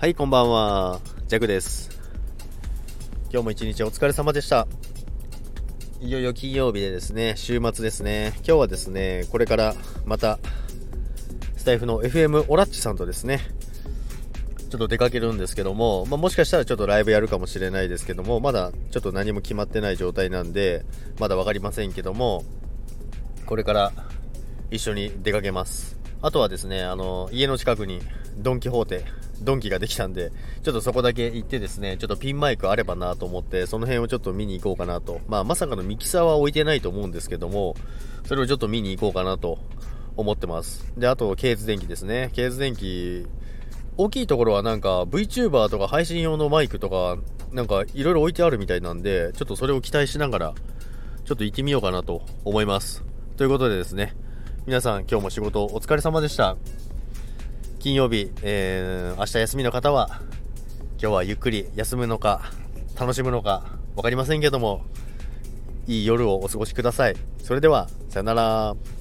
はい、こんばんは。ジャクです。今日も一日お疲れ様でした。いよいよ金曜日でですね、週末ですね。今日はですね、これからまたスタイフの FM オラッチさんとですね、ちょっと出かけるんですけども、もしかしたらちょっとライブやるかもしれないですけども、まだちょっと何も決まってない状態なんで、まだわかりませんけども、これから一緒に出かけます。あとはですね、家の近くにドンキができたんで、ちょっとそこだけ行ってですね、ちょっとピンマイクあればなと思って、その辺をちょっと見に行こうかなと。まさかのミキサーは置いてないと思うんですけども、それをちょっと見に行こうかなと思ってます。で、あと、ケーズ電気ですね。ケーズ電気、大きいところはなんか VTuber とか配信用のマイクとか、なんかいろいろ置いてあるみたいなんで、ちょっとそれを期待しながら、ちょっと行ってみようかなと思います。ということでですね、皆さん今日も仕事お疲れ様でした。金曜日、明日休みの方は今日はゆっくり休むのか楽しむのか分かりませんけども、いい夜をお過ごしください。それではさよなら。